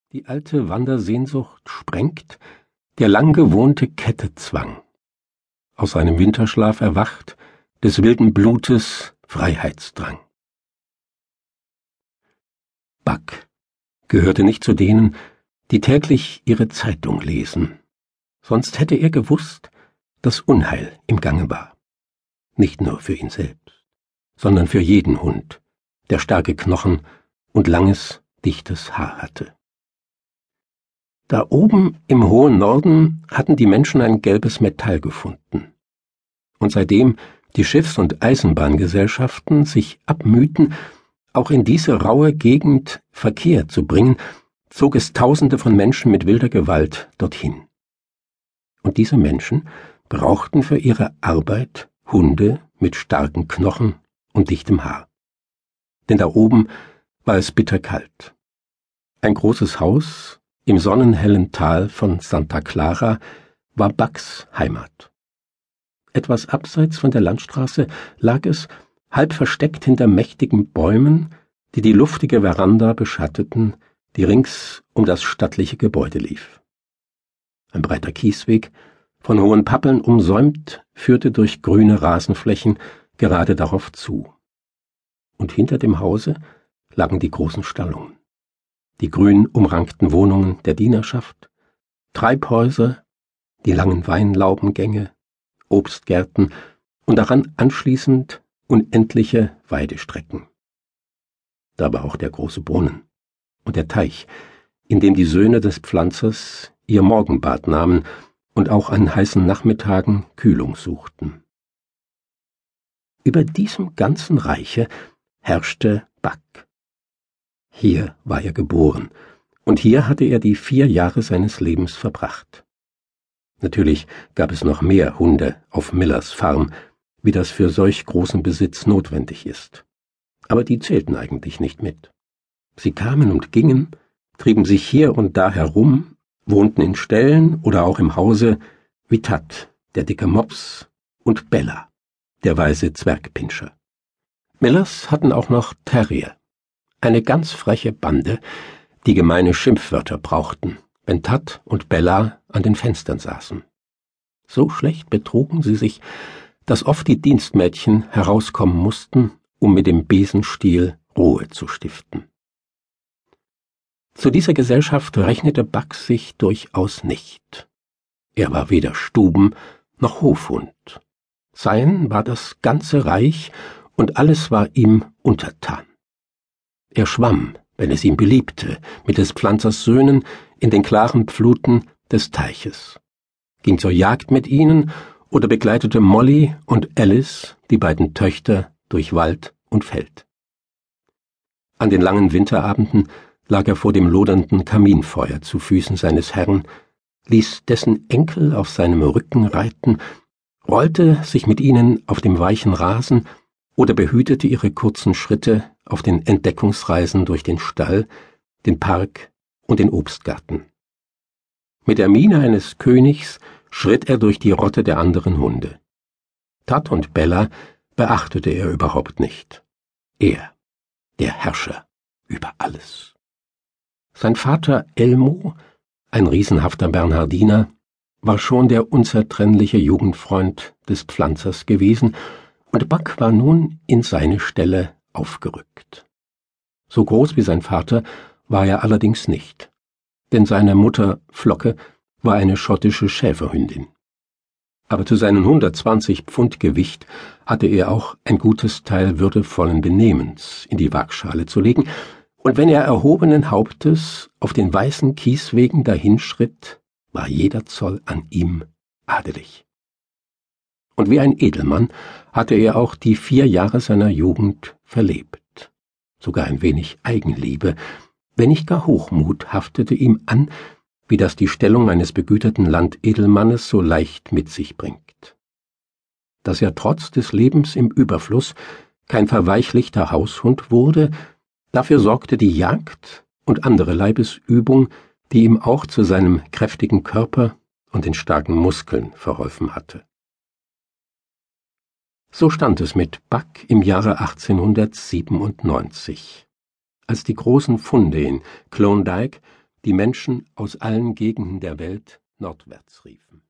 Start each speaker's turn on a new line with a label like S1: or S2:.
S1: Die alte Wandersehnsucht sprengt, der lang gewohnte Kette zwang. Aus seinem Winterschlaf erwacht, des wilden Blutes Freiheitsdrang. Buck gehörte nicht zu denen, die täglich ihre Zeitung lesen. Sonst hätte er gewusst, dass Unheil im Gange war. Nicht nur für ihn selbst, sondern für jeden Hund, der starke Knochen und langes, dichtes Haar hatte. Da oben im hohen Norden hatten die Menschen ein gelbes Metall gefunden. Und seitdem die Schiffs- und Eisenbahngesellschaften sich abmühten, auch in diese raue Gegend Verkehr zu bringen, zog es Tausende von Menschen mit wilder Gewalt dorthin. Und diese Menschen brauchten für ihre Arbeit Hunde mit starken Knochen und dichtem Haar. Denn da oben war es bitterkalt. Ein großes Haus im sonnenhellen Tal von Santa Clara war Bucks Heimat. Etwas abseits von der Landstraße lag es, halb versteckt hinter mächtigen Bäumen, die die luftige Veranda beschatteten, die rings um das stattliche Gebäude lief. Ein breiter Kiesweg, von hohen Pappeln umsäumt, führte durch grüne Rasenflächen gerade darauf zu. Und hinter dem Hause lagen die großen Stallungen, die grün umrankten Wohnungen der Dienerschaft, Treibhäuser, die langen Weinlaubengänge, Obstgärten und daran anschließend unendliche Weidestrecken. Da war auch der große Brunnen und der Teich, in dem die Söhne des Pflanzers ihr Morgenbad nahmen und auch an heißen Nachmittagen Kühlung suchten. Über diesem ganzen Reiche herrschte Buck. Hier war er geboren, und hier hatte er die 4 Jahre seines Lebens verbracht. Natürlich gab es noch mehr Hunde auf Millers Farm, wie das für solch großen Besitz notwendig ist. Aber die zählten eigentlich nicht mit. Sie kamen und gingen, trieben sich hier und da herum, wohnten in Ställen oder auch im Hause, wie Tat, der dicke Mops, und Bella, der weiße Zwergpinscher. Millers hatten auch noch Terrier, eine ganz freche Bande, die gemeine Schimpfwörter brauchten, wenn Tat und Bella an den Fenstern saßen. So schlecht betrugen sie sich, dass oft die Dienstmädchen herauskommen mussten, um mit dem Besenstiel Ruhe zu stiften. Zu dieser Gesellschaft rechnete Buck sich durchaus nicht. Er war weder Stuben- noch Hofhund. Sein war das ganze Reich, und alles war ihm untertan. Er schwamm, wenn es ihm beliebte, mit des Pflanzers Söhnen in den klaren Pfluten des Teiches, ging zur Jagd mit ihnen oder begleitete Molly und Alice, die beiden Töchter, durch Wald und Feld. An den langen Winterabenden lag er vor dem lodernden Kaminfeuer zu Füßen seines Herrn, ließ dessen Enkel auf seinem Rücken reiten, rollte sich mit ihnen auf dem weichen Rasen oder behütete ihre kurzen Schritte auf den Entdeckungsreisen durch den Stall, den Park und den Obstgarten. Mit der Miene eines Königs schritt er durch die Rotte der anderen Hunde. Tat und Bella beachtete er überhaupt nicht. Er, der Herrscher über alles. Sein Vater Elmo, ein riesenhafter Bernhardiner, war schon der unzertrennliche Jugendfreund des Pflanzers gewesen, und Buck war nun in seine Stelle aufgerückt. So groß wie sein Vater war er allerdings nicht, denn seine Mutter Flocke war eine schottische Schäferhündin. Aber zu seinen 120 Pfund Gewicht hatte er auch ein gutes Teil würdevollen Benehmens in die Waagschale zu legen, und wenn er erhobenen Hauptes auf den weißen Kieswegen dahinschritt, war jeder Zoll an ihm adelig. Und wie ein Edelmann hatte er auch die 4 Jahre seiner Jugend verlebt. Sogar ein wenig Eigenliebe, wenn nicht gar Hochmut, haftete ihm an, wie das die Stellung eines begüterten Landedelmannes so leicht mit sich bringt. Dass er trotz des Lebens im Überfluss kein verweichlichter Haushund wurde, dafür sorgte die Jagd und andere Leibesübung, die ihm auch zu seinem kräftigen Körper und den starken Muskeln verholfen hatte. So stand es mit Buck im Jahre 1897, als die großen Funde in Klondike die Menschen aus allen Gegenden der Welt nordwärts riefen.